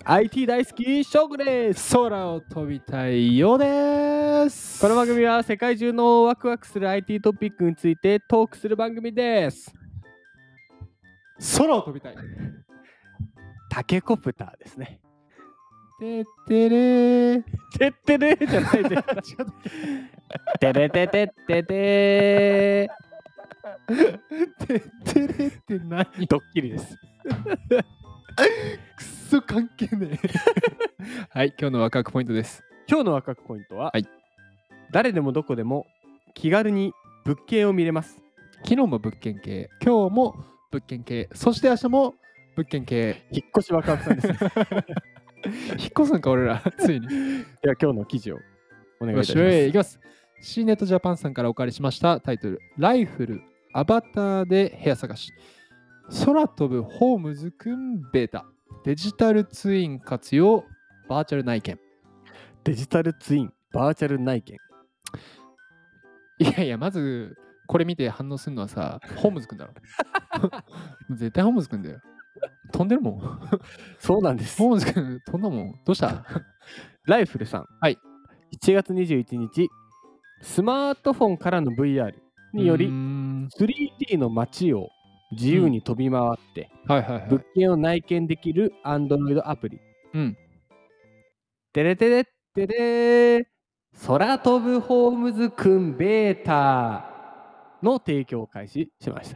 IT 大好き翔吾です。 空を飛びたいようです。 この番組は世界中のワクワクする IT トピックについてトークする番組です。 空を飛びたい。 タケコプターですね。 てってれー。 てってれーじゃないで。てれててっててー。てってれーって何？ ドッキリです。 くっそ関係ねえ。はい、今日のワクワクポイントです。 今日のワクワクポイントは、 はい、 誰でもどこでも気軽に物件を見れます。 昨日も物件系、今日も物件系、そして明日も物件系。 引っ越しワクワクさんですね。 引っ越すんか俺ら、ついに。 では今日の記事をお願いいたします。 いきます。C ネットジャパンさんからお借りしましたタイトル、ライフル、アバターで部屋探し。空飛ぶホームズくんベータ。デジタルツイン活用、バーチャル内見。 デジタルツイン、バーチャル内見。 いやいや、まず、これ見て反応するのはさ、ホームズくんだろ。絶対ホームズくんだよ。飛んでるもん。 そうなんです。 ホームズくん飛んだもん。どうした？ ライフルさん。 はい。 7月21日、スマートフォンからの VR により 3D の街を自由に飛び回って物件を内見できる Android アプリ。てれてれってれー、空飛ぶホームズくんベータの提供を開始しました。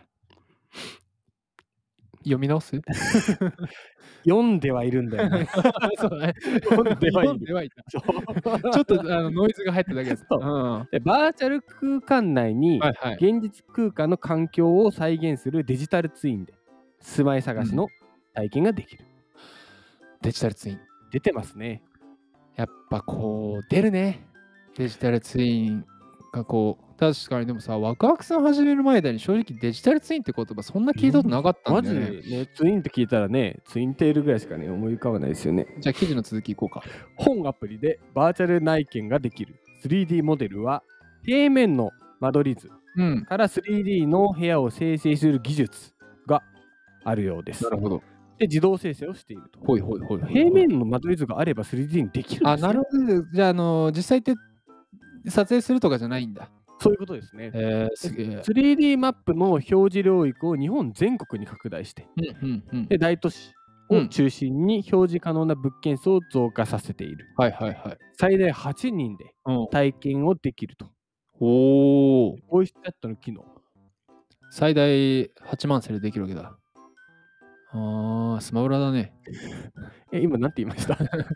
読み直す？ 読んではいるんだよね。 そうね。 読んではいた。ちょっとノイズが入っただけです。 でバーチャル空間内に現実空間の環境を再現するデジタルツインで住まい探しの体験ができる。 デジタルツイン。 出てますね。 やっぱこう出るね。デジタルツインがこう、確かにでもさ、ワクワクさん始める前だに正直デジタルツインって言葉そんな聞いたことなかったんだよね。 マジでね、ツインって聞いたらね、ツインテールぐらいしかね、思い浮かばないですよね。 じゃあ記事の続きいこうか。 本アプリでバーチャル内見ができる 3D モデルは、平面の間取り図から 3D の部屋を生成する技術があるようです。 なるほど。 で、自動生成をしていると。平面の間取り図があれば 3D にできるんですよ。 あ、なるほど。じゃあ、実際って撮影するとかじゃないんだ。 そういうことですね。 すげえ。 3D マップの表示領域を日本全国に拡大して、で大都市を中心に表示可能な物件数を増加させている。最大8人で体験をできると。ボイスチャットの機能。 最大8万セルできるわけだ。スマブラだね。 今なんて言いました？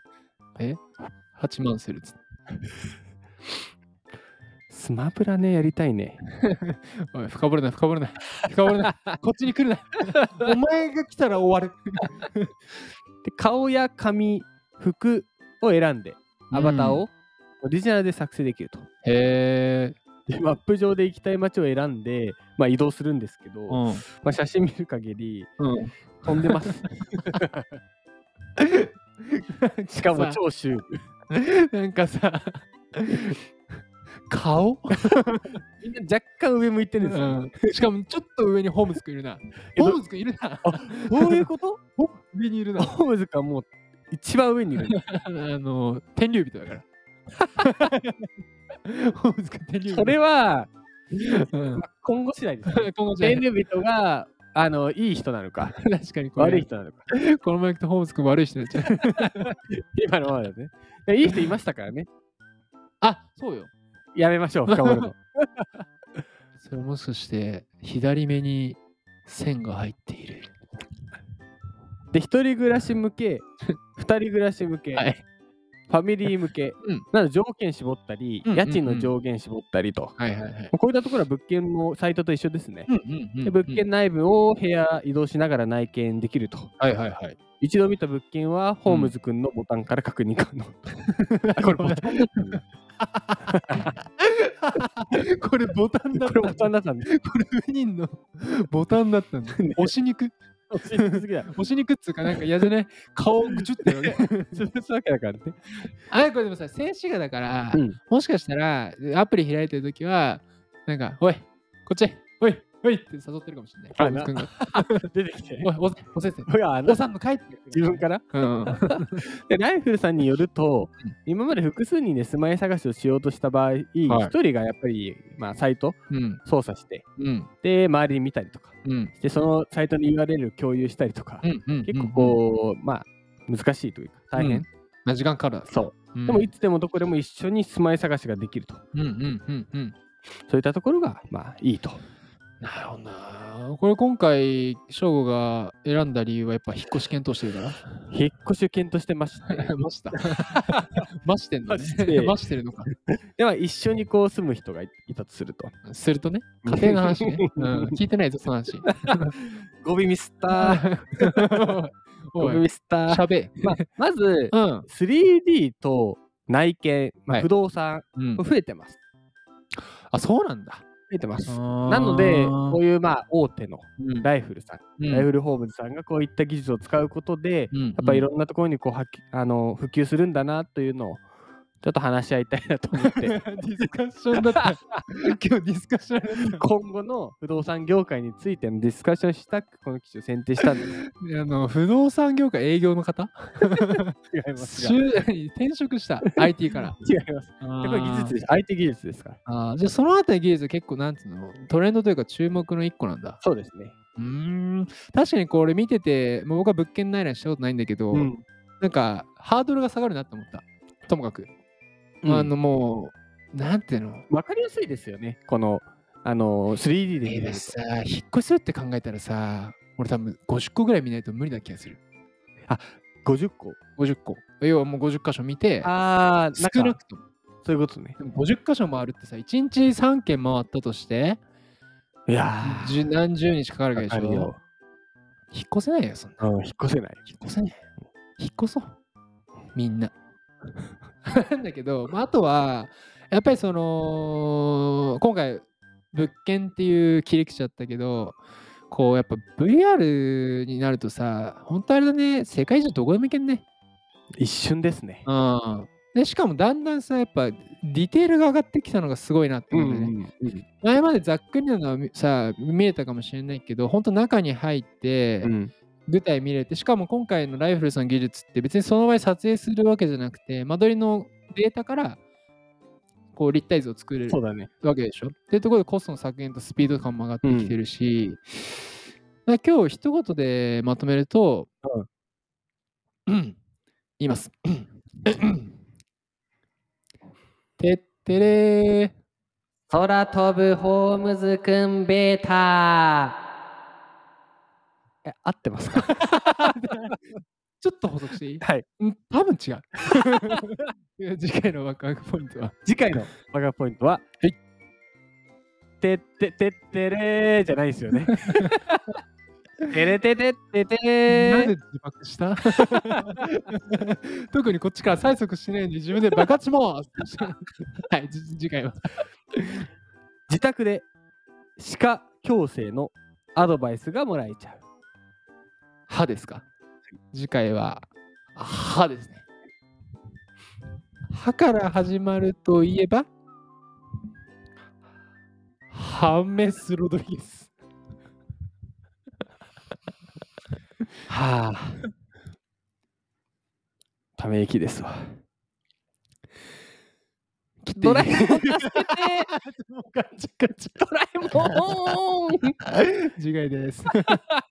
8万セル。 スマブラね、やりたいね。 おい、深掘るな。こっちに来るな。お前が来たら終わる。 で、顔や髪、服を選んで、アバターをオリジナルで作成できると。で、マップ上で行きたい街を選んで、移動するんですけど、写真見る限り、飛んでます。しかも超シュール。 なんかさ、顔みんな若干上向いてるんですよ。 しかもちょっと上にホームズくんいるな。ホームズくんいるな。 どういうこと？ 上にいるな。 ホームズくんはもう一番上にいる。 天竜人だから。ホームズくん天竜人。 それは今後次第です。天竜人がいい人なのか、 確かに悪い人なのか。 この前来たホームズくん悪い人になっちゃう。 今のままだね。いい人いましたからね。 あ、そうよ。 やめましょう、深掘るの。 それもしかして左目に線が入っている。 で、一人暮らし向け、二人暮らし向け、ファミリー向け、なので条件絞ったり、家賃の上限絞ったりと。こういったところは物件のサイトと一緒ですね。で、物件内部を部屋移動しながら内見できると。一度見た物件はホームズくんのボタンから確認可能。これボタンだったんだ。 これボタンだったんだ。これ上にのボタンだったんだ。押しにくっつうかなんか嫌じゃね。顔をぐちゅってやるわけ。 潰すわけだからね。 これでもさ、静止画だから、もしかしたらアプリ開いてるときは、なんか、おい、こっち、おい、 おいって誘ってるかもしれない。ホームズ君が出てきて。 お先生。 おさんの帰って自分からでライフルさんによると、今まで複数人で住まい探しをしようとした場合、一人がやっぱり、サイト操作して、で、周りに見たりとか、で、そのサイトに URL 共有したりとか、結構こう、難しいというか、大変。 時間かかる。 そう。でも、いつでもどこでも一緒に住まい探しができると。そういったところが、いいと。 なるほどな。これ今回、翔吾が選んだ理由はやっぱ引っ越し検討してるから引っ越しを検討してまして。 ました。ましてんのね。ましてるのか。 では一緒にこう住む人がいたとすると。 するとね。家庭の話ね。聞いてないぞ、その話。 語尾ミスったー。語尾ミスったー。 しゃべ。 まず、3D と内見、不動産、増えてます。 あ、そうなんだ。 増えてます。なので、こういう大手のライフルさん、ライフルホームズさんがこういった技術を使うことで、やっぱりいろんなところにこう普及するんだなというのをちょっと話し合いたいなと思って。 ディスカッションだった。今日ディスカッション今後の不動産業界についてのディスカッションしたくこの記事を選定したんです。 不動産業界営業の方違いますが。 転職した IT から。 違います。これ技術です。IT 技術ですから。 じゃあそのあたり技術結構なんつうのトレンドというか注目の一個なんだ。 そうですね。 確かにこれ見てて、もう僕は物件内覧したことないんだけど、なんかハードルが下がるなって思った。ともかく。もう、なんていうのわかりやすいですよね。この、3D で見ると。 さ、引っ越しするって考えたらさ、俺多分50個ぐらい見ないと無理な気がする。 あ、50個 ?50 個。要はもう50箇所見て、少なくとも。 そういうことね。 でも50箇所回るってさ、1日3軒回ったとして、 いや何十日かかるわけでしょ。引っ越せないよ、そんな。 引っ越せない。 引っ越せない。引っ越そう。みんな。なんだけど、あとは、やっぱりその、今回、物件っていう切り口だったけど、こう、やっぱ VR になるとさ、本当あれだね、世界中どこでも行けんね。 一瞬ですね。 で、しかもだんだんさ、やっぱディテールが上がってきたのがすごいなって思うんだよね。前までざっくりなのはさ、見えたかもしれないけど、本当中に入って、舞台見れて、しかも今回のライフルさんの技術って別にその場合撮影するわけじゃなくて、間取りのデータからこう立体図を作れるわけでしょ。っていうところでコストの削減とスピード感も上がってきてるし、今日一言でまとめると、言います。てってれー。 空飛ぶホームズくんベータ合ってますかちょっと補足していい？ はい。 多分違う。次回のワクワクポイントは次回のワクワクポイントは、てってれーじゃないですよね。てれててっててー。 なんで自爆した特にこっちから催促しないのに自分で爆発しますはい、次回は。 自宅で歯科矯正のアドバイスがもらえちゃう。 歯ですか？次回は歯ですね。歯から始まるといえば、ハメス・ロドリゲス。 はあ。ため息ですわ。ドラえもん助けてもうガチガチ。 ドラえもん次回です。